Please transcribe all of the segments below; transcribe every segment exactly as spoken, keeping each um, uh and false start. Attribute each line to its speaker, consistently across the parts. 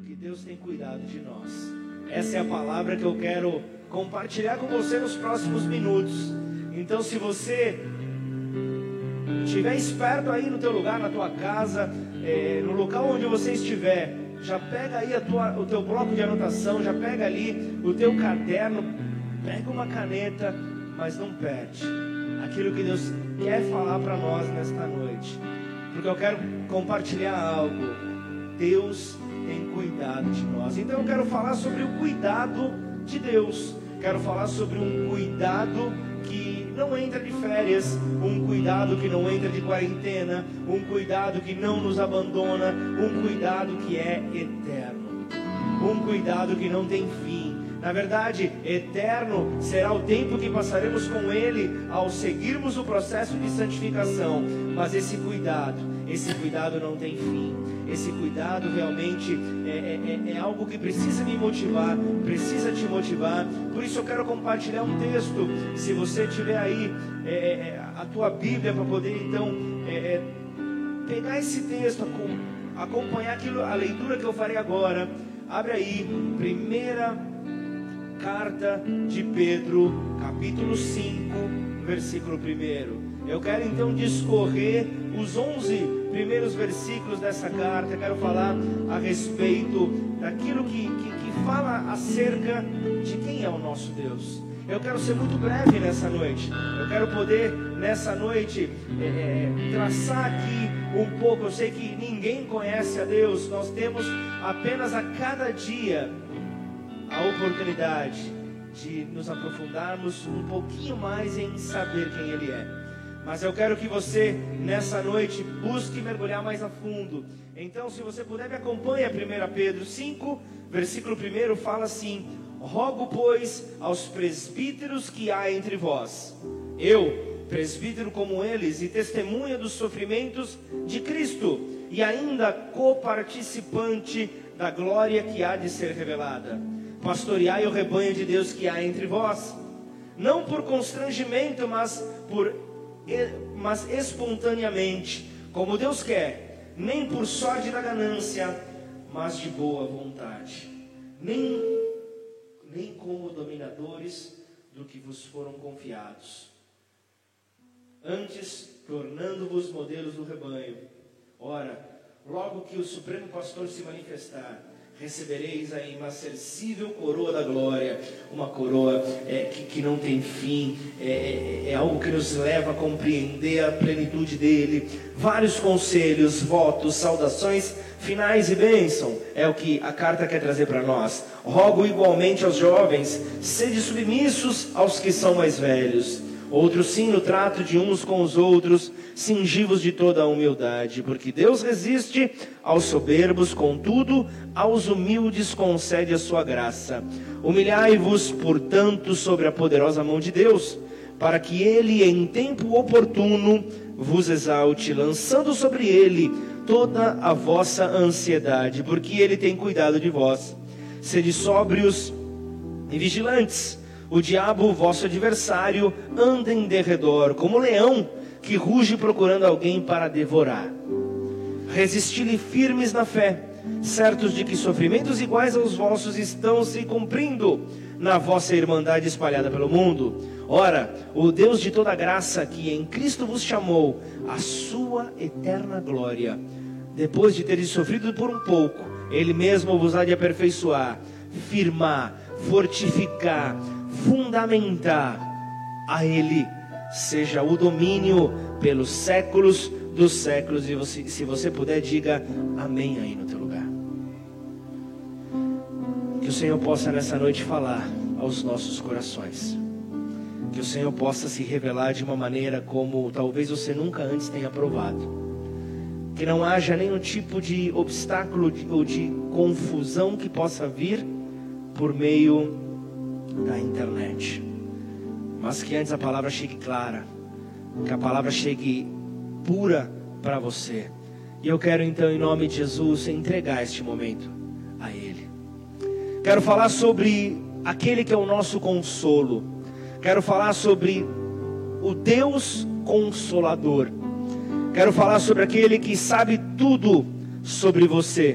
Speaker 1: porque Deus tem cuidado de nós. Essa é a palavra que eu quero compartilhar com você nos próximos minutos. Então, se você estiver esperto aí no teu lugar, na tua casa, é, no local onde você estiver, já pega aí a tua, o teu bloco de anotação, já pega ali o teu caderno, pega uma caneta, mas não perde aquilo que Deus quer falar para nós nesta noite, porque eu quero compartilhar algo. Deus tem cuidado de nós. Então eu quero falar sobre o cuidado de Deus. Quero falar sobre um cuidado que não entra de férias, um cuidado que não entra de quarentena, um cuidado que não nos abandona, um cuidado que é eterno, um cuidado que não tem fim. Na verdade, eterno será o tempo que passaremos com Ele ao seguirmos o processo de santificação. Mas esse cuidado, esse cuidado não tem fim. Esse cuidado realmente é, é, é algo que precisa me motivar, precisa te motivar. Por isso eu quero compartilhar um texto. Se você tiver aí é, é, a tua Bíblia para poder então é, é, pegar esse texto, acompanhar aquilo, a leitura que eu farei agora. Abre aí, primeira Carta de Pedro, capítulo cinco, versículo um. Eu quero então discorrer os onze primeiros versículos dessa carta. Eu quero falar a respeito daquilo que, que, que fala acerca de quem é o nosso Deus. Eu quero ser muito breve nessa noite. Eu quero poder nessa noite é, é, traçar aqui um pouco. Eu sei que ninguém conhece a Deus. Nós temos apenas a cada dia a oportunidade de nos aprofundarmos um pouquinho mais em saber quem Ele é. Mas eu quero que você nessa noite busque mergulhar mais a fundo. Então, se você puder, me acompanhe a primeira Pedro cinco, versículo um, fala assim: rogo, pois, aos presbíteros que há entre vós, eu, presbítero como eles, e testemunha dos sofrimentos de Cristo, e ainda coparticipante da glória que há de ser revelada, pastoreai o rebanho de Deus que há entre vós, não por constrangimento, mas por mas espontaneamente, como Deus quer, nem por sorte da ganância, mas de boa vontade, nem, nem como dominadores do que vos foram confiados, antes tornando-vos modelos do rebanho. Ora, logo que o Supremo Pastor se manifestar, recebereis a inacessível coroa da glória, uma coroa é, que, que não tem fim, é, é algo que nos leva a compreender a plenitude dele. Vários conselhos, votos, saudações finais e bênção, é o que a carta quer trazer para nós. Rogo igualmente aos jovens, sede submissos aos que são mais velhos. Outros sim, no trato de uns com os outros, cingivos de toda a humildade, porque Deus resiste aos soberbos, contudo, aos humildes concede a sua graça. Humilhai-vos, portanto, sobre a poderosa mão de Deus, para que Ele, em tempo oportuno, vos exalte, lançando sobre Ele toda a vossa ansiedade, porque Ele tem cuidado de vós. Sede sóbrios e vigilantes. O diabo, vosso adversário, anda em derredor, como leão que ruge procurando alguém para devorar. Resisti-lhe firmes na fé, certos de que sofrimentos iguais aos vossos estão se cumprindo na vossa irmandade espalhada pelo mundo. Ora, o Deus de toda graça, que em Cristo vos chamou à sua eterna glória, depois de teres sofrido por um pouco, Ele mesmo vos há de aperfeiçoar, firmar, fortificar, fundamentar. A Ele seja o domínio pelos séculos dos séculos. E você, se você puder, diga amém aí no teu lugar. Que o Senhor possa nessa noite falar aos nossos corações, que o Senhor possa se revelar de uma maneira como talvez você nunca antes tenha provado, que não haja nenhum tipo de obstáculo de, ou de confusão que possa vir por meio da internet, mas que antes a palavra chegue clara, que a palavra chegue pura para você. E eu quero então, em nome de Jesus, entregar este momento a Ele. Quero falar sobre aquele que é o nosso consolo. Quero falar sobre o Deus Consolador. Quero falar sobre aquele que sabe tudo sobre você.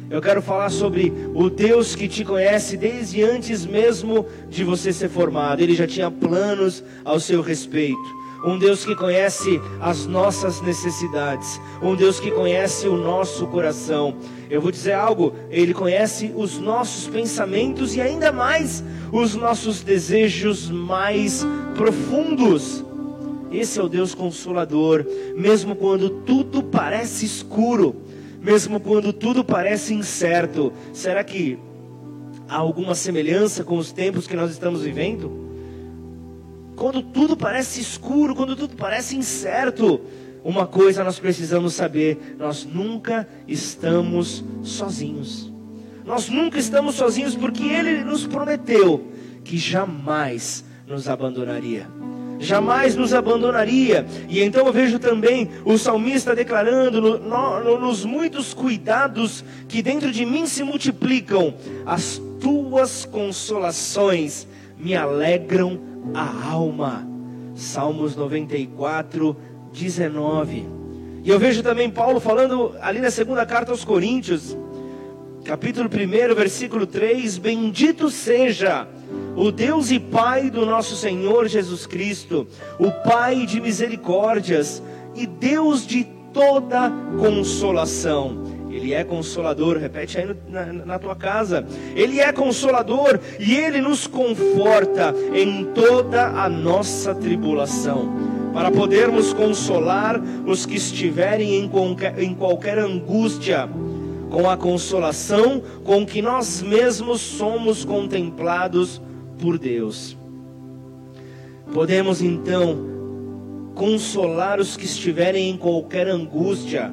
Speaker 1: Eu quero falar sobre o Deus que te conhece desde antes mesmo de você ser formado. Ele já tinha planos ao seu respeito. Um Deus que conhece as nossas necessidades. Um Deus que conhece o nosso coração. Eu vou dizer algo, Ele conhece os nossos pensamentos e ainda mais os nossos desejos mais profundos. Esse é o Deus Consolador, mesmo quando tudo parece escuro, mesmo quando tudo parece incerto. Será que há alguma semelhança com os tempos que nós estamos vivendo? Quando tudo parece escuro, quando tudo parece incerto, uma coisa nós precisamos saber: nós nunca estamos sozinhos. Nós nunca estamos sozinhos, porque Ele nos prometeu que jamais nos abandonaria. Jamais nos abandonaria. E então eu vejo também o salmista declarando: no, no, nos muitos cuidados que dentro de mim se multiplicam, as tuas consolações me alegram a alma. Salmos noventa e quatro, dezenove. E eu vejo também Paulo falando ali na segunda carta aos Coríntios, capítulo um, versículo três: bendito seja o Deus e Pai do nosso Senhor Jesus Cristo, o Pai de misericórdias e Deus de toda consolação. Ele é consolador, repete aí no, na, na tua casa. Ele é consolador e Ele nos conforta em toda a nossa tribulação, para podermos consolar os que estiverem em qualquer, em qualquer angústia, com a consolação com que nós mesmos somos contemplados por Deus. Podemos então consolar os que estiverem em qualquer angústia.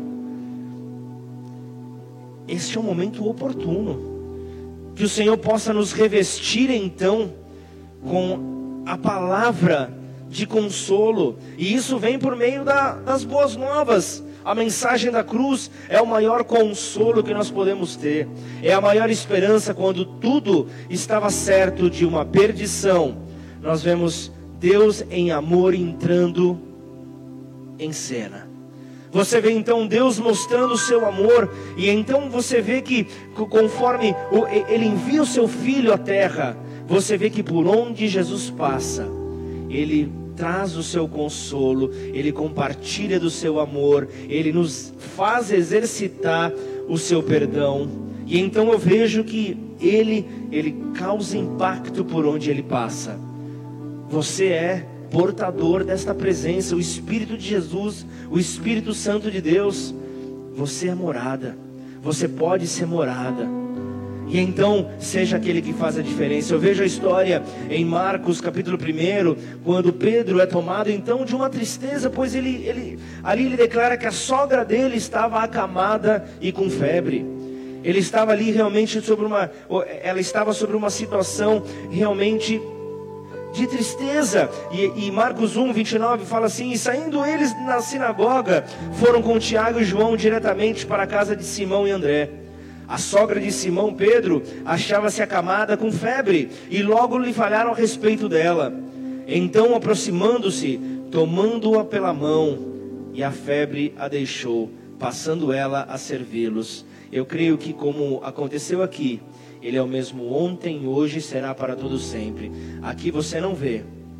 Speaker 1: Este é um momento oportuno, que o Senhor possa nos revestir então com a palavra de consolo, e isso vem por meio da, das boas novas. A mensagem da cruz é o maior consolo que nós podemos ter, é a maior esperança. Quando tudo estava certo de uma perdição, nós vemos Deus em amor entrando em cena. Você vê então Deus mostrando o seu amor, e então você vê que conforme Ele envia o seu Filho à terra, você vê que por onde Jesus passa, Ele traz o seu consolo, Ele compartilha do seu amor, Ele nos faz exercitar o seu perdão. E então eu vejo que Ele, Ele causa impacto por onde Ele passa. Você é portador desta presença, o Espírito de Jesus, o Espírito Santo de Deus. Você é morada, você pode ser morada. E então, seja aquele que faz a diferença. Eu vejo a história em Marcos capítulo um, quando Pedro é tomado então de uma tristeza, pois ele, ele, ali ele declara que a sogra dele estava acamada e com febre. Ele estava ali realmente sobre uma, ela estava sobre uma situação realmente de tristeza. E, e Marcos um, vinte e nove fala assim: e saindo eles na sinagoga, foram com Tiago e João diretamente para a casa de Simão e André. A sogra de Simão, Pedro, achava-se acamada com febre, e logo lhe falaram a respeito dela. Então, aproximando-se, tomando-a pela mão, e a febre a deixou, passando ela a servi-los. Eu creio que, como aconteceu aqui, Ele é o mesmo ontem, hoje e será para todo sempre. Aqui você não vê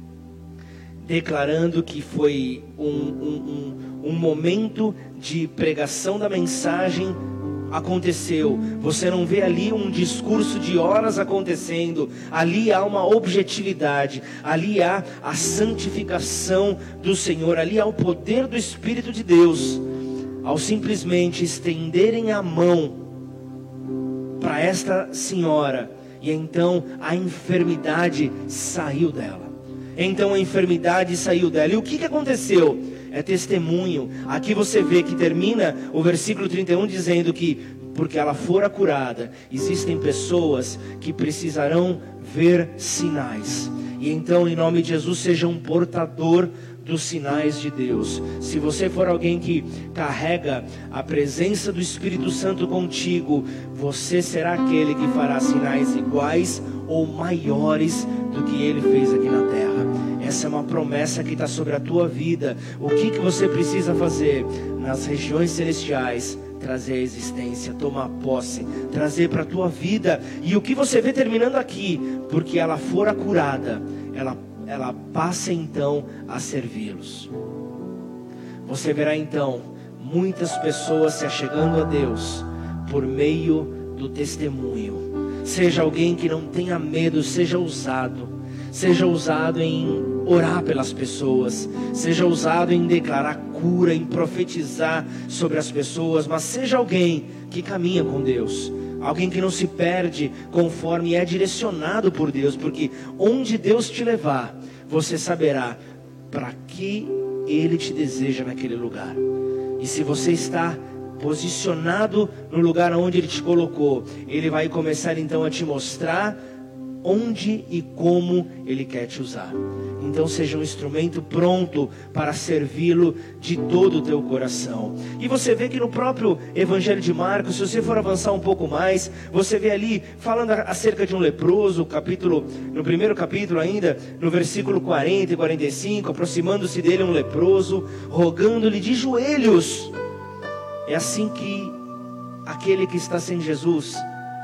Speaker 1: declarando que foi um, um, um, um momento de pregação da mensagem aconteceu. Você não vê ali um discurso de horas acontecendo. Ali há uma objetividade, ali há a santificação do Senhor, ali há o poder do Espírito de Deus, ao simplesmente estenderem a mão para esta senhora, e então a enfermidade saiu dela. Então a enfermidade saiu dela. E o que, que aconteceu? É testemunho. Aqui você vê que termina o versículo trinta e um dizendo que, porque ela fora curada, existem pessoas que precisarão ver sinais. E então, em nome de Jesus, seja um portador dos sinais de Deus. Se você for alguém que carrega a presença do Espírito Santo contigo, você será aquele que fará sinais iguais ou maiores do que Ele fez aqui na terra. Essa é uma promessa que está sobre a tua vida. O que, que você precisa fazer? Nas regiões celestiais trazer a existência, tomar posse, trazer para a tua vida. E o que você vê terminando aqui, porque ela fora curada, ela, ela passa então a servi-los. Você verá então muitas pessoas se achegando a Deus por meio do testemunho. Seja alguém que não tenha medo, seja ousado. Seja ousado em orar pelas pessoas. Seja ousado em declarar cura, em profetizar sobre as pessoas. Mas seja alguém que caminha com Deus. Alguém que não se perde conforme é direcionado por Deus. Porque onde Deus te levar, você saberá para que Ele te deseja naquele lugar. E se você está posicionado no lugar onde Ele te colocou, Ele vai começar então a te mostrar onde e como Ele quer te usar. Então seja um instrumento pronto para servi-lo de todo o teu coração. E você vê que no próprio Evangelho de Marcos, se você for avançar um pouco mais, você vê ali falando acerca de um leproso, capítulo, no primeiro capítulo ainda, no versículo quarenta e quarenta e cinco, aproximando-se dele um leproso, rogando-lhe de joelhos. É assim que aquele que está sem Jesus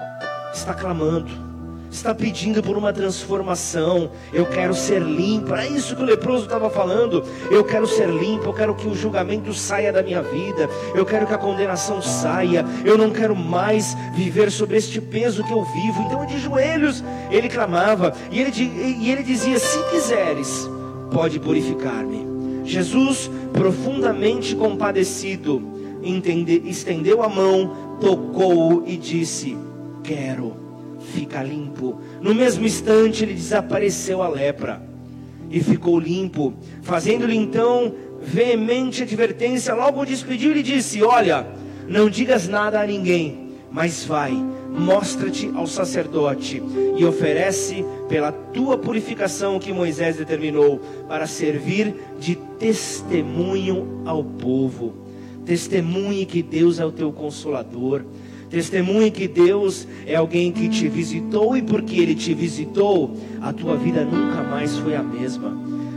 Speaker 1: está clamando, está pedindo por uma transformação. Eu quero ser limpo. É isso que o leproso estava falando. Eu quero ser limpo, eu quero que o julgamento saia da minha vida, eu quero que a condenação saia, eu não quero mais viver sobre este peso que eu vivo. Então de joelhos ele clamava, e ele, e ele dizia: se quiseres, pode purificar-me. Jesus, profundamente compadecido, Entende, estendeu a mão, tocou-o e disse: quero, fica limpo. No mesmo instante lhe desapareceu a lepra e ficou limpo. Fazendo-lhe então veemente advertência, logo despediu e lhe disse: olha, não digas nada a ninguém, mas vai, mostra-te ao sacerdote e oferece pela tua purificação que Moisés determinou, para servir de testemunho ao povo. Testemunhe que Deus é o teu consolador. Testemunhe que Deus é alguém que te visitou, e porque Ele te visitou, a tua vida nunca mais foi a mesma.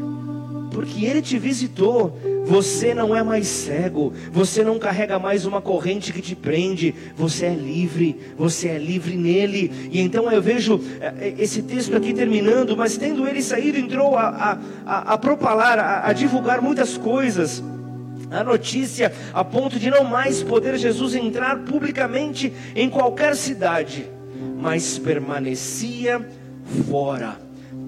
Speaker 1: Porque Ele te visitou, você não é mais cego, você não carrega mais uma corrente que te prende, você é livre, você é livre nele. E então eu vejo esse texto aqui terminando, mas tendo ele saído, entrou a, a, a, a propalar, a, a divulgar muitas coisas, a notícia, a ponto de não mais poder Jesus entrar publicamente em qualquer cidade, mas permanecia fora,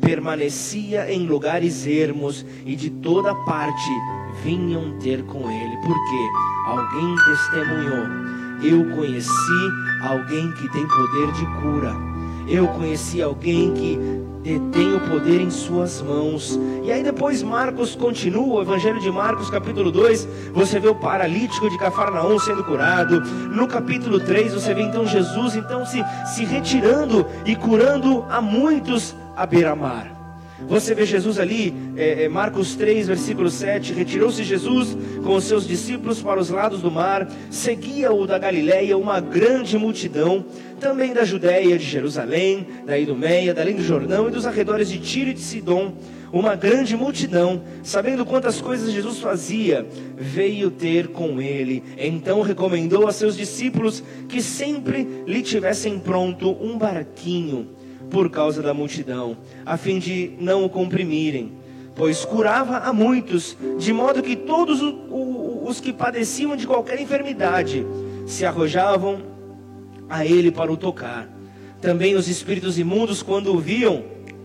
Speaker 1: permanecia em lugares ermos, e de toda parte vinham ter com ele, porque alguém testemunhou: eu conheci alguém que tem poder de cura, eu conheci alguém que detém o poder em suas mãos. E aí depois Marcos continua, o Evangelho de Marcos capítulo dois, você vê o paralítico de Cafarnaum sendo curado. No capítulo três você vê então Jesus então se, se retirando e curando a muitos à beira-mar. Você vê Jesus ali, é, Marcos três, versículo sete, retirou-se Jesus com os seus discípulos para os lados do mar, seguia-o da Galileia uma grande multidão, também da Judéia, de Jerusalém, da Idumeia, da além do Jordão e dos arredores de Tiro e de Sidom. Uma grande multidão, sabendo quantas coisas Jesus fazia, veio ter com ele. Então recomendou a seus discípulos que sempre lhe tivessem pronto um barquinho, por causa da multidão, a fim de não o comprimirem, pois curava a muitos, de modo que todos os que padeciam de qualquer enfermidade se arrojavam a ele para o tocar. Também os espíritos imundos, quando o viam,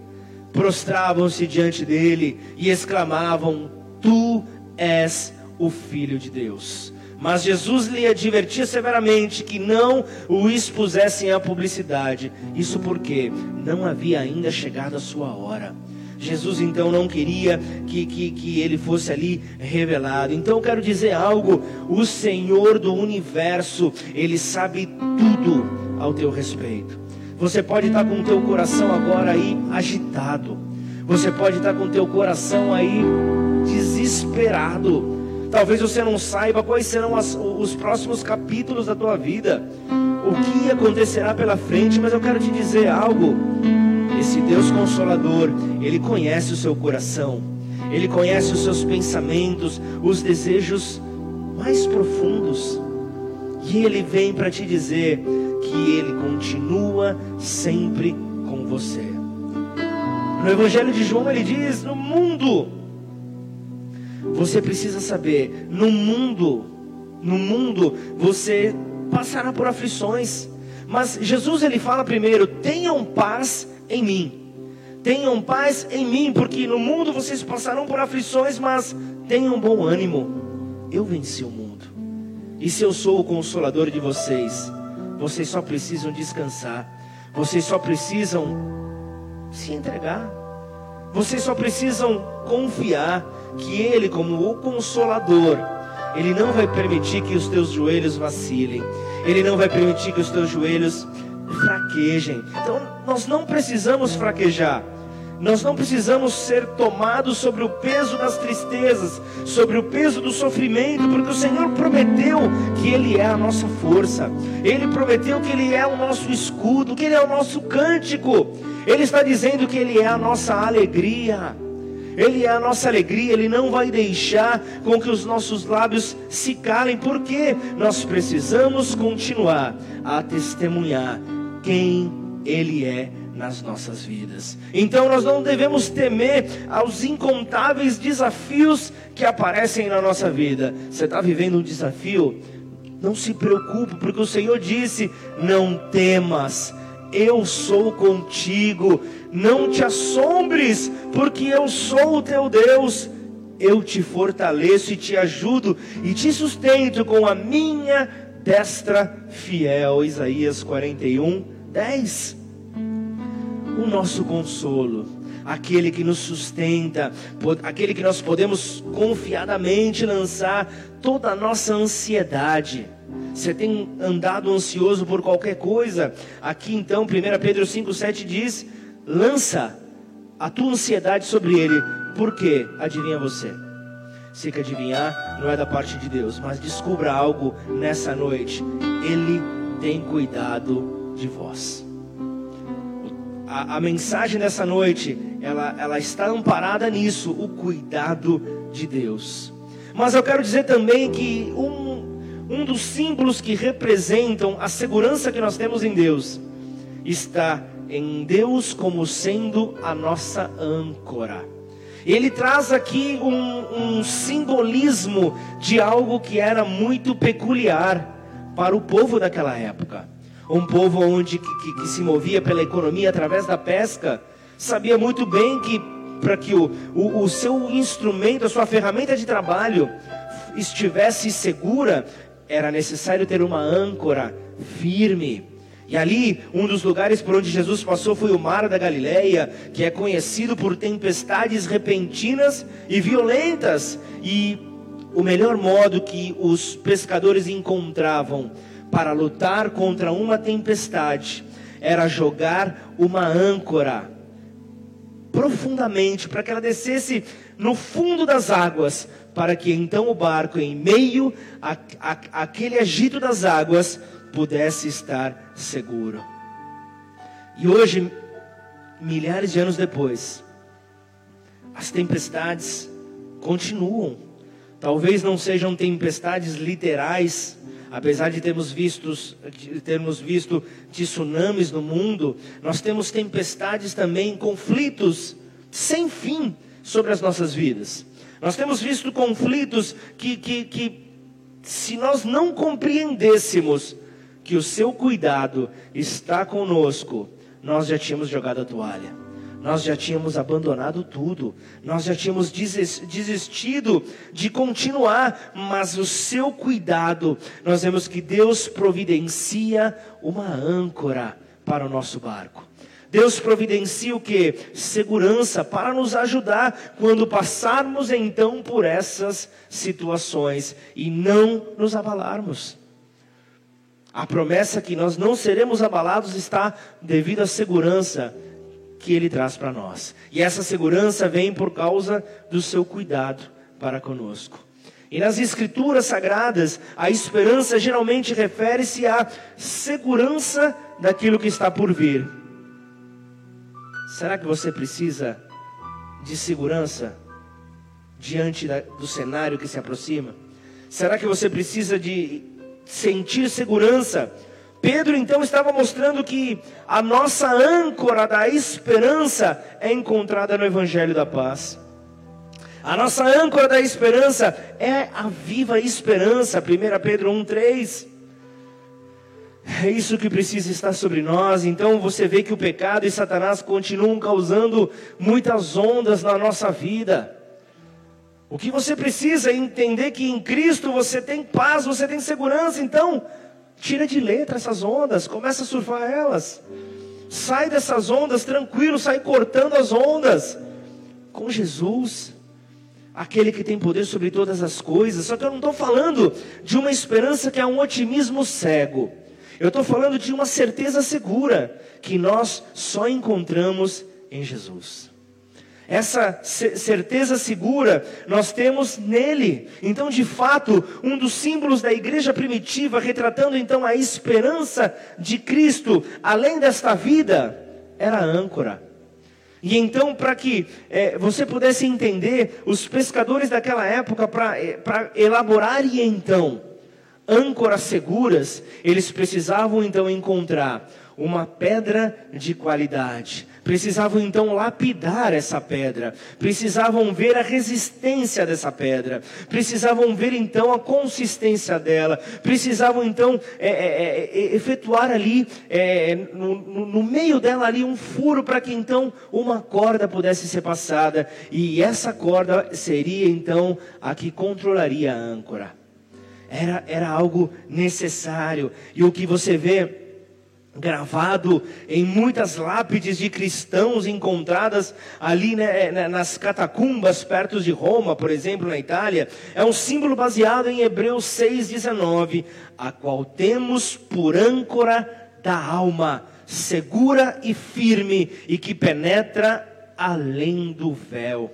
Speaker 1: prostravam-se diante dele e exclamavam: tu és o Filho de Deus. Mas Jesus lhe advertia severamente que não o expusessem à publicidade. Isso porque não havia ainda chegado a sua hora. Jesus então não queria que, que, que ele fosse ali revelado. Então eu quero dizer algo: o Senhor do universo, Ele sabe tudo ao teu respeito. Você pode estar com o teu coração agora aí agitado. Você pode estar com o teu coração aí desesperado. Talvez você não saiba quais serão as, os próximos capítulos da tua vida, o que acontecerá pela frente, mas eu quero te dizer algo: esse Deus Consolador, Ele conhece o seu coração, Ele conhece os seus pensamentos, os desejos mais profundos. E Ele vem para te dizer que Ele continua sempre com você. No Evangelho de João ele diz: no mundo, você precisa saber, no mundo, no mundo você passará por aflições. Mas Jesus ele fala primeiro: tenham paz em mim. Tenham paz em mim, porque no mundo vocês passarão por aflições, mas tenham bom ânimo. Eu venci o mundo. E se eu sou o consolador de vocês, vocês só precisam descansar. Vocês só precisam se entregar. Vocês só precisam confiar que Ele, como o Consolador, Ele não vai permitir que os teus joelhos vacilem. Ele não vai permitir que os teus joelhos fraquejem. Então nós não precisamos fraquejar. Nós não precisamos ser tomados sobre o peso das tristezas, sobre o peso do sofrimento, porque o Senhor prometeu que Ele é a nossa força. Ele prometeu que Ele é o nosso escudo, que Ele é o nosso cântico. Ele está dizendo que Ele é a nossa alegria. Ele é a nossa alegria. Ele não vai deixar com que os nossos lábios se calem, porque nós precisamos continuar a testemunhar quem Ele é nas nossas vidas. Então nós não devemos temer aos incontáveis desafios que aparecem na nossa vida. Você está vivendo um desafio? Não se preocupe, porque o Senhor disse: não temas, eu sou contigo. Não te assombres, porque eu sou o teu Deus. Eu te fortaleço e te ajudo e te sustento com a minha destra fiel. Isaías quarenta e um, dez. O nosso consolo, aquele que nos sustenta, aquele que nós podemos confiadamente lançar toda a nossa ansiedade. Você tem andado ansioso por qualquer coisa? Aqui então, primeira Pedro cinco, sete diz: lança a tua ansiedade sobre Ele. Por quê? Adivinha você? Se que adivinhar não é da parte de Deus, mas descubra algo nessa noite: Ele tem cuidado de vós. A, a mensagem dessa noite, ela, ela está amparada nisso, o cuidado de Deus. Mas eu quero dizer também que um, um dos símbolos que representam a segurança que nós temos em Deus, está em Deus como sendo a nossa âncora. Ele traz aqui um, um simbolismo de algo que era muito peculiar para o povo daquela época. Um povo onde, que, que, que se movia pela economia através da pesca, sabia muito bem que para que o, o, o seu instrumento, a sua ferramenta de trabalho estivesse segura, era necessário ter uma âncora firme. E ali, um dos lugares por onde Jesus passou foi o Mar da Galileia, que é conhecido por tempestades repentinas e violentas. E o melhor modo que os pescadores encontravam para lutar contra uma tempestade era jogar uma âncora profundamente, para que ela descesse no fundo das águas, para que então o barco, em meio a, a, àquele agito das águas, pudesse estar seguro. E hoje, milhares de anos depois, as tempestades continuam. Talvez não sejam tempestades literais, apesar de termos visto, de termos visto tsunamis no mundo, nós temos tempestades também, conflitos sem fim sobre as nossas vidas. Nós temos visto conflitos que, que, que se nós não compreendêssemos que o seu cuidado está conosco, nós já tínhamos jogado a toalha. Nós já tínhamos abandonado tudo. Nós já tínhamos desistido de continuar. Mas o seu cuidado, nós vemos que Deus providencia uma âncora para o nosso barco. Deus providencia o quê? Segurança para nos ajudar quando passarmos então por essas situações e não nos abalarmos. A promessa que nós não seremos abalados está devido à segurança que Ele traz para nós. E essa segurança vem por causa do seu cuidado para conosco. E nas Escrituras Sagradas, a esperança geralmente refere-se à segurança daquilo que está por vir. Será que você precisa de segurança diante da, do cenário que se aproxima? Será que você precisa de sentir segurança. Pedro então estava mostrando que a nossa âncora da esperança é encontrada no Evangelho da Paz. A nossa âncora da esperança é a viva esperança, primeira Pedro um, três. É isso que precisa estar sobre nós. Então você vê que o pecado e Satanás continuam causando muitas ondas na nossa vida. O que você precisa é entender que em Cristo você tem paz, você tem segurança. Então, tira de letra essas ondas, começa a surfar elas. Sai dessas ondas tranquilo, sai cortando as ondas. Com Jesus, aquele que tem poder sobre todas as coisas. Só que eu não estou falando de uma esperança que é um otimismo cego. Eu estou falando de uma certeza segura, que nós só encontramos em Jesus. Essa certeza segura nós temos nele. Então, de fato, um dos símbolos da igreja primitiva, retratando então a esperança de Cristo, além desta vida, era a âncora. E então, para que é, você pudesse entender, os pescadores daquela época, para é, para elaborarem então âncoras seguras, eles precisavam então encontrar uma pedra de qualidade. Precisavam então lapidar essa pedra. Precisavam ver a resistência dessa pedra. Precisavam ver então a consistência dela. Precisavam então é, é, é, efetuar ali, é, no, no, no meio dela ali um furo para que então uma corda pudesse ser passada. E essa corda seria então a que controlaria a âncora. Era, era algo necessário. E o que você vê gravado em muitas lápides de cristãos encontradas ali, né, nas catacumbas perto de Roma, por exemplo, na Itália, é um símbolo baseado em Hebreus seis, dezenove, a qual temos por âncora da alma, segura e firme, e que penetra além do véu.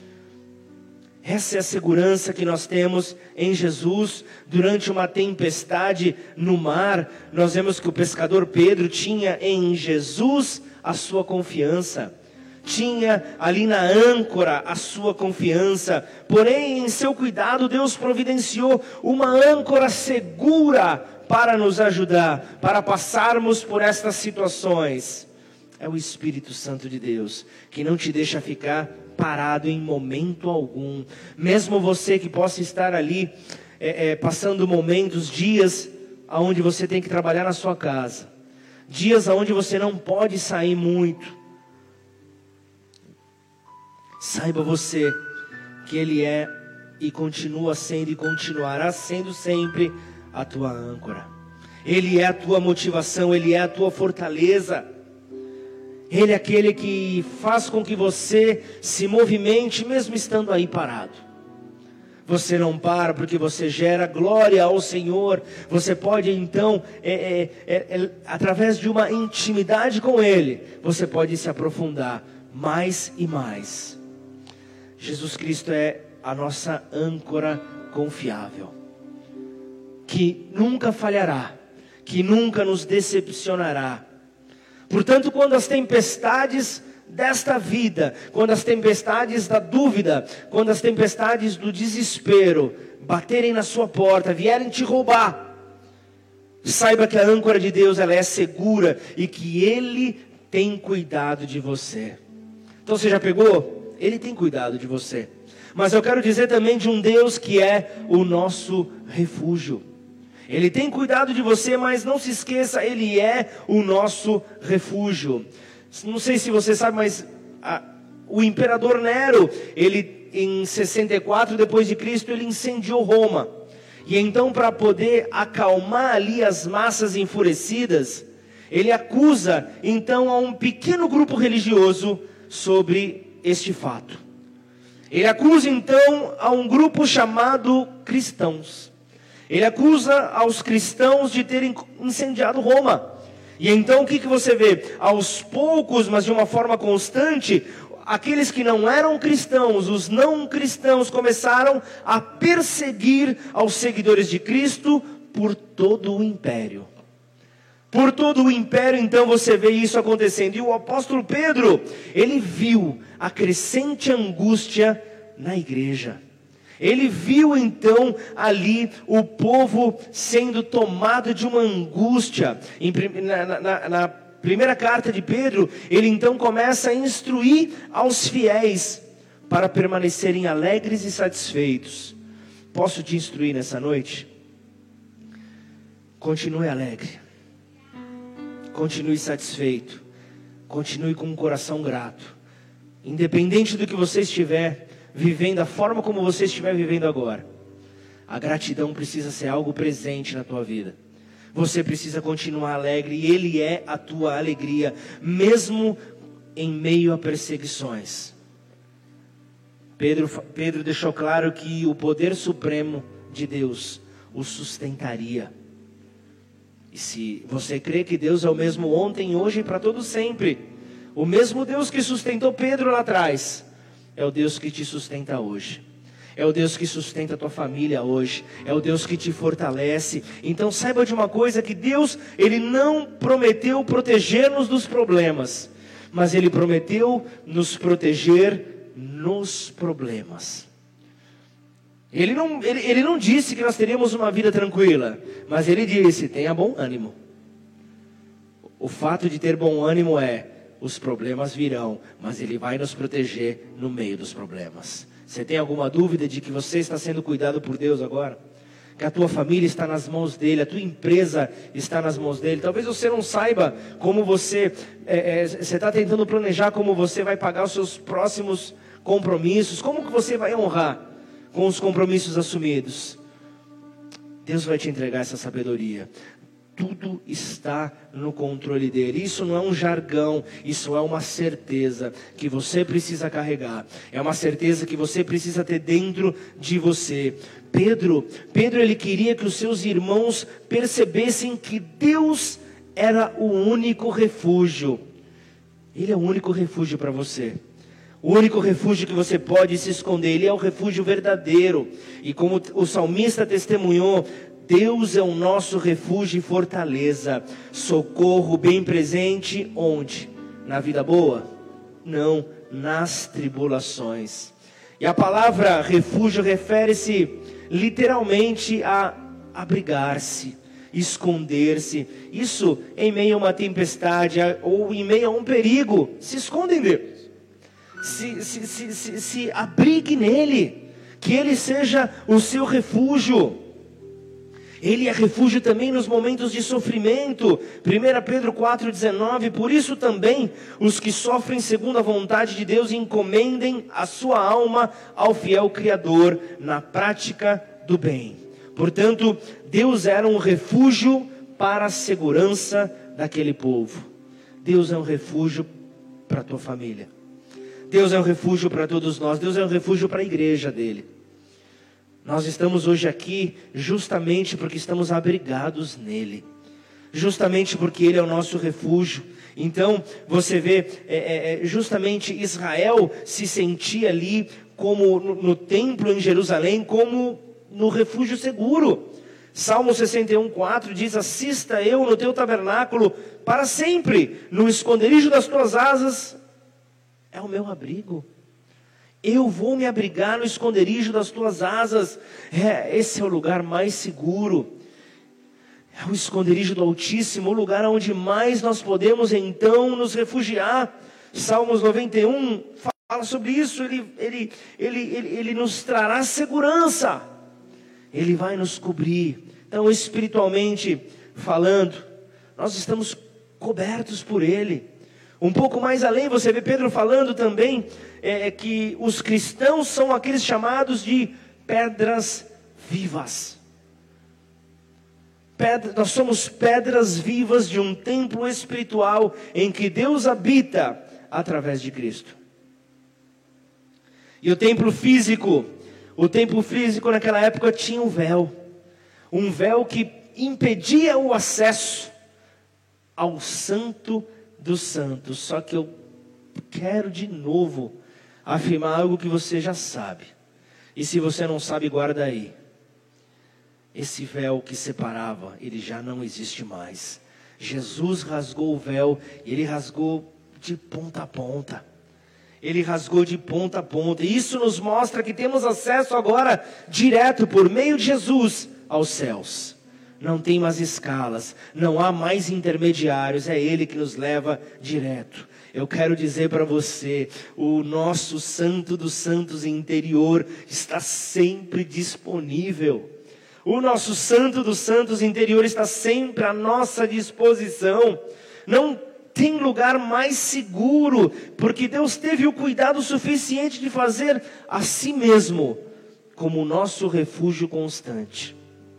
Speaker 1: Essa é a segurança que nós temos em Jesus. Durante uma tempestade no mar, nós vemos que o pescador Pedro tinha em Jesus a sua confiança. Tinha ali na âncora a sua confiança. Porém, em seu cuidado, Deus providenciou uma âncora segura para nos ajudar, para passarmos por estas situações. É o Espírito Santo de Deus, que não te deixa ficar parado em momento algum. Mesmo você que possa estar ali é, é, passando momentos, dias onde você tem que trabalhar na sua casa, dias onde você não pode sair muito, saiba você que Ele é e continua sendo e continuará sendo sempre a tua âncora. Ele é a tua motivação, Ele é a tua fortaleza. Ele é aquele que faz com que você se movimente mesmo estando aí parado. Você não para porque você gera glória ao Senhor. Você pode então, é, é, é, é, através de uma intimidade com Ele, você pode se aprofundar mais e mais. Jesus Cristo é a nossa âncora confiável, que nunca falhará, que nunca nos decepcionará. Portanto, quando as tempestades desta vida, quando as tempestades da dúvida, quando as tempestades do desespero baterem na sua porta, vierem te roubar, saiba que a âncora de Deus, ela é segura e que Ele tem cuidado de você. Então você já pegou? Ele tem cuidado de você. Mas eu quero dizer também de um Deus que é o nosso refúgio. Ele tem cuidado de você, mas não se esqueça, Ele é o nosso refúgio. Não sei se você sabe, mas a, o imperador Nero, ele em sessenta e quatro depois de Cristo, ele incendiou Roma. E então, para poder acalmar ali as massas enfurecidas, ele acusa então a um pequeno grupo religioso sobre este fato. Ele acusa então a um grupo chamado cristãos. Ele acusa aos cristãos de terem incendiado Roma. E então o que, que você vê? Aos poucos, mas de uma forma constante, aqueles que não eram cristãos, os não cristãos, começaram a perseguir aos seguidores de Cristo por todo o império. Por todo o império, então, você vê isso acontecendo. E o apóstolo Pedro, ele viu a crescente angústia na igreja. Ele viu então ali o povo sendo tomado de uma angústia. Em, na, na, na primeira carta de Pedro, ele então começa a instruir aos fiéis para permanecerem alegres e satisfeitos. Posso te instruir nessa noite? Continue alegre, continue satisfeito, continue com um coração grato, independente do que você estiver vivendo, a forma como você estiver vivendo agora. A gratidão precisa ser algo presente na tua vida. Você precisa continuar alegre, e Ele é a tua alegria, mesmo em meio a perseguições. Pedro, Pedro deixou claro que o poder supremo de Deus o sustentaria. E se você crê que Deus é o mesmo ontem, hoje e para todo sempre, o mesmo Deus que sustentou Pedro lá atrás, é o Deus que te sustenta hoje. É o Deus que sustenta a tua família hoje. É o Deus que te fortalece. Então saiba de uma coisa, que Deus, Ele não prometeu proteger-nos dos problemas, mas Ele prometeu nos proteger nos problemas. Ele não, ele, ele não disse que nós teríamos uma vida tranquila, mas Ele disse: tenha bom ânimo. O fato de ter bom ânimo é: os problemas virão, mas Ele vai nos proteger no meio dos problemas. Você tem alguma dúvida de que você está sendo cuidado por Deus agora? Que a tua família está nas mãos dEle, a tua empresa está nas mãos dEle. Talvez você não saiba como você, é, é, você está tentando planejar como você vai pagar os seus próximos compromissos, como que você vai honrar com os compromissos assumidos. Deus vai te entregar essa sabedoria. Tudo está no controle dele. Isso não é um jargão, isso é uma certeza que você precisa carregar. É uma certeza que você precisa ter dentro de você. Pedro, Pedro ele queria que os seus irmãos percebessem que Deus era o único refúgio. Ele é o único refúgio para você. O único refúgio que você pode se esconder. Ele é o refúgio verdadeiro. E como o salmista testemunhou, Deus é o nosso refúgio e fortaleza, socorro bem presente, onde? Na vida boa? Não, nas tribulações. E a palavra refúgio refere-se literalmente a abrigar-se, esconder-se. Isso em meio a uma tempestade ou em meio a um perigo. Se esconde em Deus. Se, se, se, se, se abrigue nele, que Ele seja o seu refúgio. Ele é refúgio também nos momentos de sofrimento. primeira Pedro quatro, dezenove. Por isso também os que sofrem segundo a vontade de Deus encomendem a sua alma ao fiel Criador na prática do bem. Portanto, Deus era um refúgio para a segurança daquele povo. Deus é um refúgio para a tua família. Deus é um refúgio para todos nós. Deus é um refúgio para a igreja dele. Nós estamos hoje aqui justamente porque estamos abrigados nele. Justamente porque ele é o nosso refúgio. Então, você vê, é, é, justamente Israel se sentia ali, como no, no templo em Jerusalém, como no refúgio seguro. Salmo sessenta e um, quatro diz: assista eu no teu tabernáculo para sempre, no esconderijo das tuas asas é o meu abrigo. Eu vou me abrigar no esconderijo das tuas asas. É, esse é o lugar mais seguro. É o esconderijo do Altíssimo, o lugar onde mais nós podemos então nos refugiar. Salmos noventa e um fala sobre isso. Ele, ele, ele, ele, ele nos trará segurança. Ele vai nos cobrir. Então, espiritualmente falando, nós estamos cobertos por Ele. Um pouco mais além, você vê Pedro falando também é, que os cristãos são aqueles chamados de pedras vivas. Pedra, nós somos pedras vivas de um templo espiritual em que Deus habita através de Cristo. E o templo físico, o templo físico naquela época tinha um véu. Um véu que impedia o acesso ao santo dos santos. Só que eu quero de novo afirmar algo que você já sabe. E se você não sabe, guarda aí. Esse véu que separava, ele já não existe mais. Jesus rasgou o véu, e ele rasgou de ponta a ponta. Ele rasgou de ponta a ponta. E isso nos mostra que temos acesso agora direto por meio de Jesus aos céus. Não tem mais escalas, não há mais intermediários, é Ele que nos leva direto. Eu quero dizer para você, o nosso Santo dos Santos interior está sempre disponível. O nosso Santo dos Santos interior está sempre à nossa disposição. Não tem lugar mais seguro, porque Deus teve o cuidado suficiente de fazer a si mesmo como o nosso refúgio constante.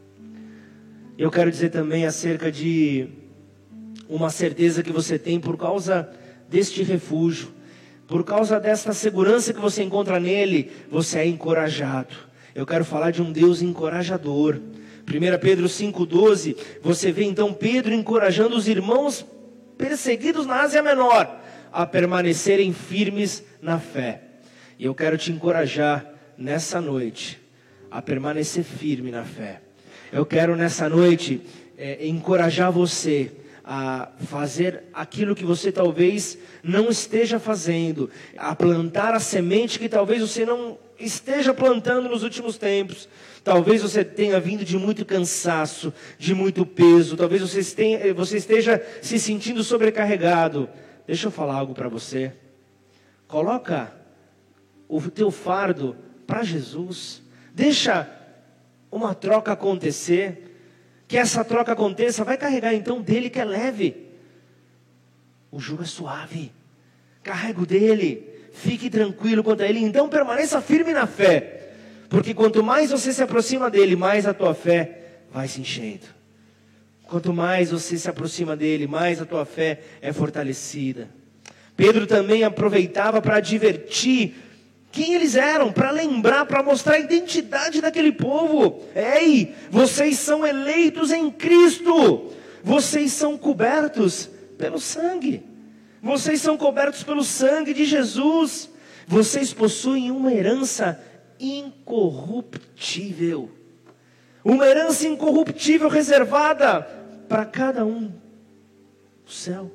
Speaker 1: Eu quero dizer também acerca de uma certeza que você tem por causa deste refúgio, por causa desta segurança que você encontra nele, você é encorajado. Eu quero falar de um Deus encorajador. primeira Pedro cinco doze, você vê então Pedro encorajando os irmãos perseguidos na Ásia Menor a permanecerem firmes na fé. E eu quero te encorajar nessa noite a permanecer firme na fé. Eu quero nessa noite é, encorajar você a fazer aquilo que você talvez não esteja fazendo, a plantar a semente que talvez você não esteja plantando nos últimos tempos. Talvez você tenha vindo de muito cansaço, de muito peso, talvez você esteja, você esteja se sentindo sobrecarregado. Deixa eu falar algo para você. Coloca o teu fardo para Jesus. Deixa uma troca acontecer. Que essa troca aconteça, vai carregar então dele que é leve. O jugo é suave. Carrega o dele. Fique tranquilo quanto a ele. Então permaneça firme na fé. Porque quanto mais você se aproxima dele, mais a tua fé vai se enchendo. Quanto mais você se aproxima dele, mais a tua fé é fortalecida. Pedro também aproveitava para advertir quem eles eram, para lembrar, para mostrar a identidade daquele povo. Ei, vocês são eleitos em Cristo. Vocês são cobertos pelo sangue. Vocês são cobertos pelo sangue de Jesus. Vocês possuem uma herança incorruptível. Uma herança incorruptível reservada para cada um. O céu.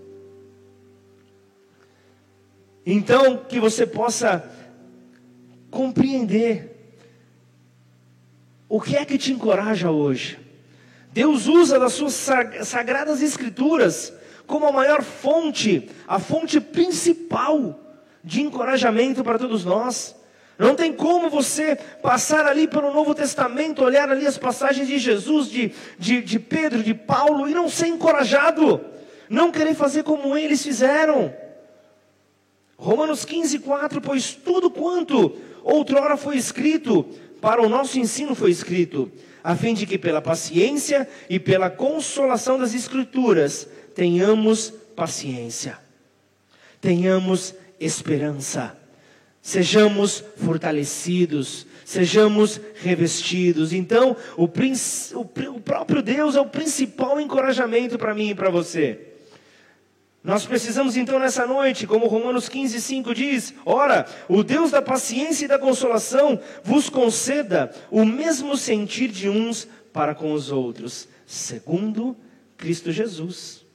Speaker 1: Então, que você possa compreender o que é que te encoraja hoje. Deus usa das suas sagradas escrituras como a maior fonte, a fonte principal de encorajamento para todos nós. Não tem como você passar ali pelo Novo Testamento, olhar ali as passagens de Jesus, de, de, de Pedro, de Paulo, e não ser encorajado, não querer fazer como eles fizeram. Romanos quinze, quatro, pois tudo quanto outrora foi escrito, para o nosso ensino foi escrito, a fim de que pela paciência e pela consolação das Escrituras, tenhamos paciência, tenhamos esperança, sejamos fortalecidos, sejamos revestidos. Então, o, princ... o próprio Deus é o principal encorajamento para mim e para você. Nós precisamos então nessa noite, como Romanos quinze, cinco diz, ora, o Deus da paciência e da consolação vos conceda o mesmo sentir de uns para com os outros, segundo Cristo Jesus.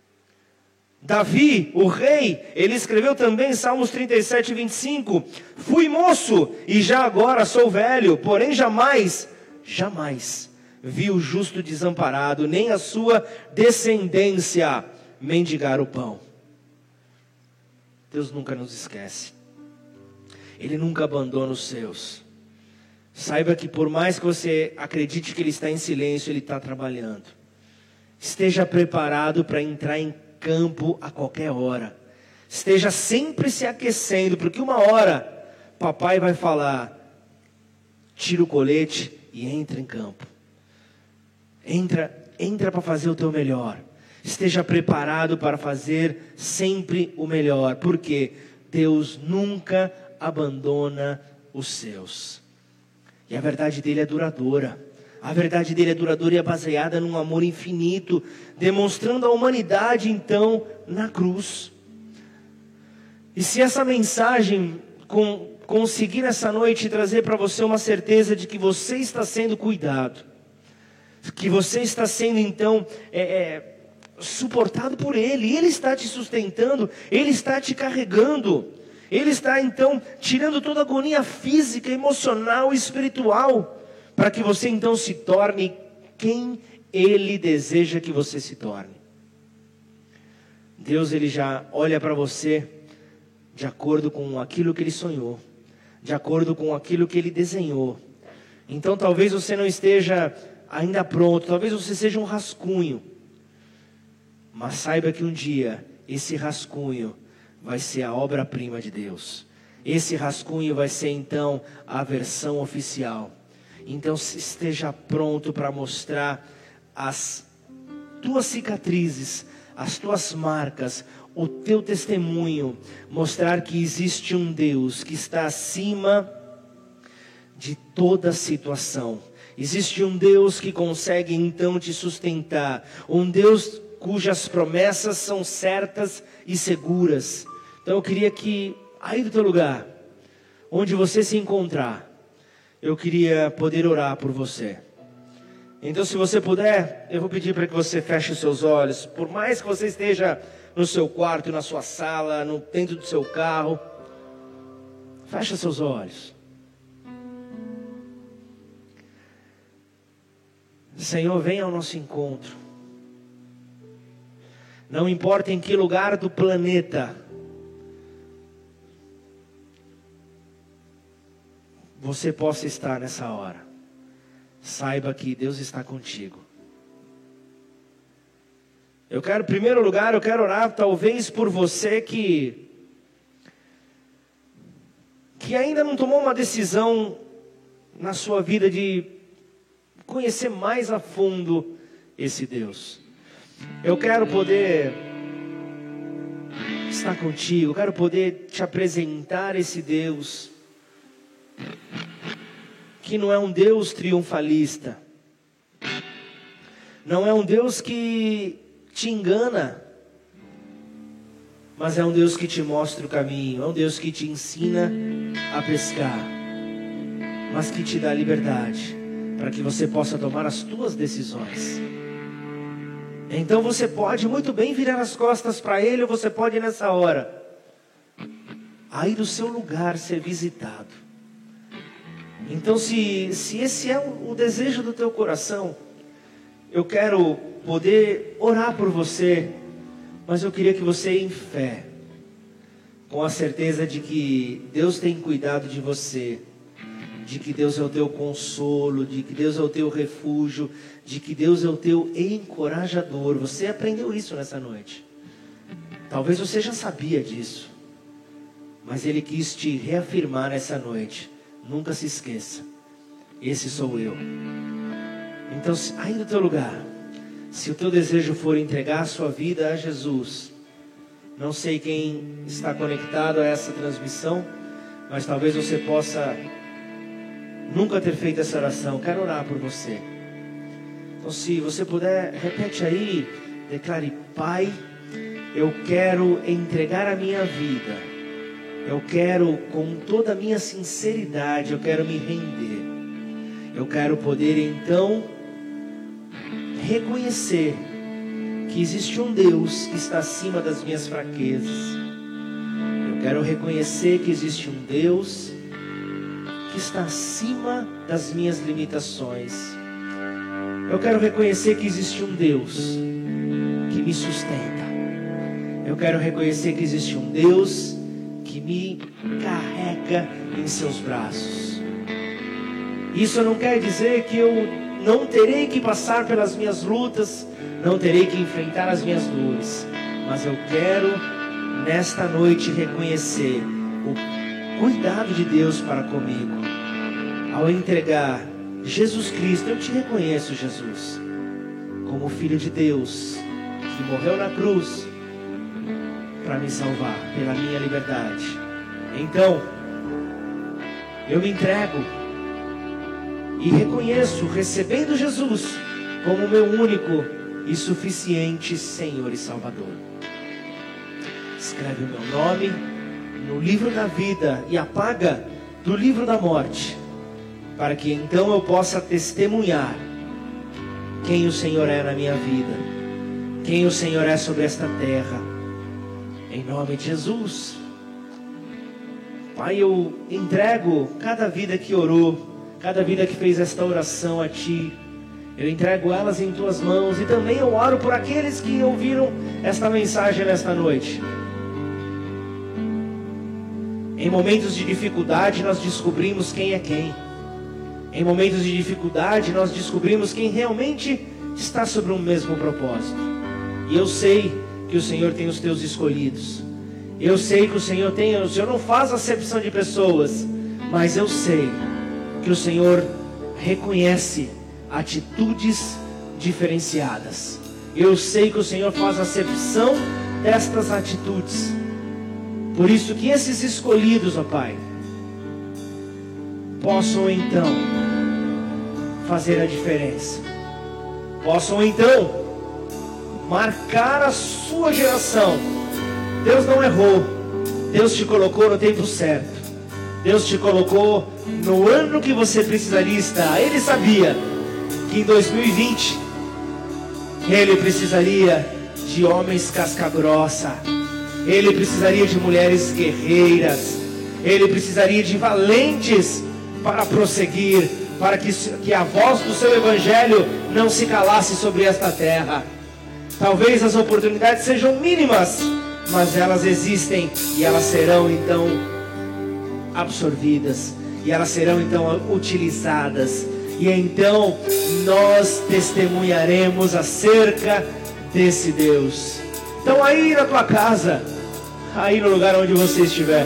Speaker 1: Davi, o rei, ele escreveu também em Salmos trinta e sete, vinte e cinco, fui moço e já agora sou velho, porém jamais, jamais vi o justo desamparado, nem a sua descendência mendigar o pão. Deus nunca nos esquece. Ele nunca abandona os seus. Saiba que por mais que você acredite que Ele está em silêncio, Ele está trabalhando. Esteja preparado para entrar em campo a qualquer hora. Esteja sempre se aquecendo, porque uma hora papai vai falar, tira o colete e entra em campo. Entra, entra para fazer o teu melhor. Esteja preparado para fazer sempre o melhor, porque Deus nunca abandona os seus. E a verdade dele é duradoura. A verdade dele é duradoura e é baseada num amor infinito, demonstrando a humanidade então na cruz. E se essa mensagem com, conseguir essa noite trazer para você uma certeza de que você está sendo cuidado, que você está sendo então é, é, suportado por Ele, Ele está te sustentando, Ele está te carregando. Ele está então tirando toda a agonia física, emocional e espiritual, para que você então se torne quem Ele deseja que você se torne. Deus, Ele já olha para você de acordo com aquilo que Ele sonhou, de acordo com aquilo que Ele desenhou. Então talvez você não esteja ainda pronto, talvez você seja um rascunho, mas saiba que um dia esse rascunho vai ser a obra-prima de Deus. Esse rascunho vai ser então a versão oficial. Então esteja pronto para mostrar as tuas cicatrizes, as tuas marcas, o teu testemunho, mostrar que existe um Deus que está acima de toda situação. Existe um Deus que consegue então te sustentar, um Deus cujas promessas são certas e seguras. Então eu queria que, aí do teu lugar, onde você se encontrar, eu queria poder orar por você. Então se você puder, eu vou pedir para que você feche os seus olhos. Por mais que você esteja no seu quarto, na sua sala, no, dentro do seu carro, feche seus olhos. Senhor, venha ao nosso encontro. Não importa em que lugar do planeta você possa estar nessa hora, saiba que Deus está contigo. Eu quero, em primeiro lugar, eu quero orar talvez por você que, que ainda não tomou uma decisão na sua vida de conhecer mais a fundo esse Deus. Eu quero poder estar contigo, eu quero poder te apresentar esse Deus, que não é um Deus triunfalista, não é um Deus que te engana, mas é um Deus que te mostra o caminho, é um Deus que te ensina a pescar, mas que te dá liberdade, para que você possa tomar as tuas decisões. Então você pode muito bem virar as costas para Ele, ou você pode nessa hora, aí do seu lugar ser visitado. Então se, se esse é o, o desejo do teu coração, eu quero poder orar por você, mas eu queria que você em fé, com a certeza de que Deus tem cuidado de você, de que Deus é o teu consolo, de que Deus é o teu refúgio, de que Deus é o teu encorajador. Você aprendeu isso nessa noite. Talvez você já sabia disso, mas Ele quis te reafirmar nessa noite. Nunca se esqueça, esse sou eu. Então, aí no teu lugar, se o teu desejo for entregar a sua vida a Jesus, não sei quem está conectado a essa transmissão, mas talvez você possa nunca ter feito essa oração. Quero orar por você. Então se você puder, repete aí, declare: Pai, eu quero entregar a minha vida, eu quero com toda a minha sinceridade, eu quero me render, eu quero poder então reconhecer que existe um Deus que está acima das minhas fraquezas. Eu quero reconhecer que existe um Deus que está acima das minhas limitações. Eu quero reconhecer que existe um Deus que me sustenta. Eu quero reconhecer que existe um Deus que me carrega em seus braços. Isso não quer dizer que eu não terei que passar pelas minhas lutas, não terei que enfrentar as minhas dores, mas eu quero nesta noite reconhecer o cuidado de Deus para comigo. Ao entregar Jesus Cristo, eu te reconheço, Jesus, como Filho de Deus, que morreu na cruz para me salvar, pela minha liberdade. Então, eu me entrego e reconheço, recebendo Jesus como meu único e suficiente Senhor e Salvador. Escreve o meu nome no livro da vida e apaga do livro da morte, para que então eu possa testemunhar quem o Senhor é na minha vida, quem o Senhor é sobre esta terra. Em nome de Jesus. Pai, eu entrego cada vida que orou, cada vida que fez esta oração a Ti. Eu entrego elas em Tuas mãos. E também eu oro por aqueles que ouviram esta mensagem nesta noite. Em momentos de dificuldade nós descobrimos quem é quem. Em momentos de dificuldade nós descobrimos quem realmente está sobre um mesmo propósito. E eu sei que o Senhor tem os Teus escolhidos. Eu sei que o Senhor tem, o Senhor não faz acepção de pessoas, mas eu sei que o Senhor reconhece atitudes diferenciadas. Eu sei que o Senhor faz acepção destas atitudes. Por isso que esses escolhidos, ó Pai, possam então fazer a diferença. Possam então marcar a sua geração. Deus não errou. Deus te colocou no tempo certo. Deus te colocou no ano que você precisaria estar. Ele sabia que em dois mil e vinte Ele precisaria de homens casca grossa. Ele precisaria de mulheres guerreiras. Ele precisaria de valentes para prosseguir, para que, que a voz do seu evangelho não se calasse sobre esta terra. Talvez as oportunidades sejam mínimas, mas elas existem e elas serão então absorvidas, e elas serão então utilizadas, e então nós testemunharemos acerca desse Deus. Então aí na tua casa, aí no lugar onde você estiver,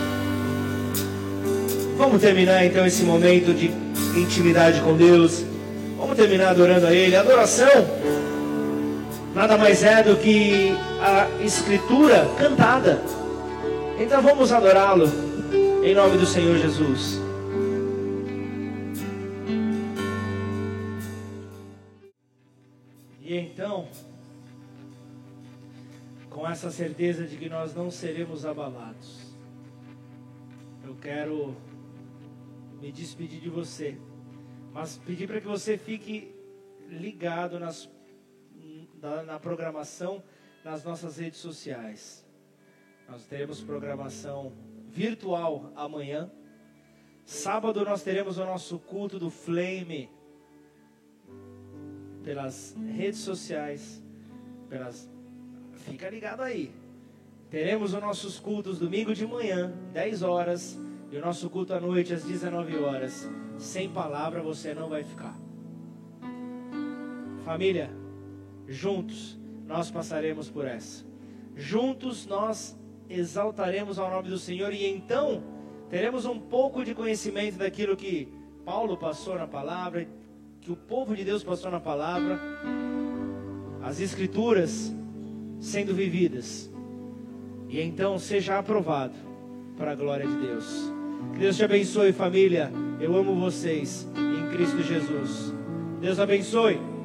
Speaker 1: vamos terminar então esse momento de intimidade com Deus. Vamos terminar adorando a Ele. A adoração nada mais é do que a escritura cantada. Então vamos adorá-lo em nome do Senhor Jesus. E então, com essa certeza de que nós não seremos abalados, eu quero me despedir de você, mas pedir para que você fique ligado nas Na, na programação nas nossas redes sociais. Nós teremos programação virtual amanhã. Sábado nós teremos o nosso culto do Flame pelas redes sociais, pelas... Fica ligado aí. Teremos os nossos cultos domingo de manhã, dez horas, e o nosso culto à noite às dezenove horas. Sem palavra você não vai ficar. Família, juntos nós passaremos por essa. Juntos nós exaltaremos ao nome do Senhor. E então teremos um pouco de conhecimento daquilo que Paulo passou na palavra, que o povo de Deus passou na palavra, as escrituras sendo vividas. E então seja aprovado para a glória de Deus. Que Deus te abençoe, família. Eu amo vocês em Cristo Jesus. Deus abençoe.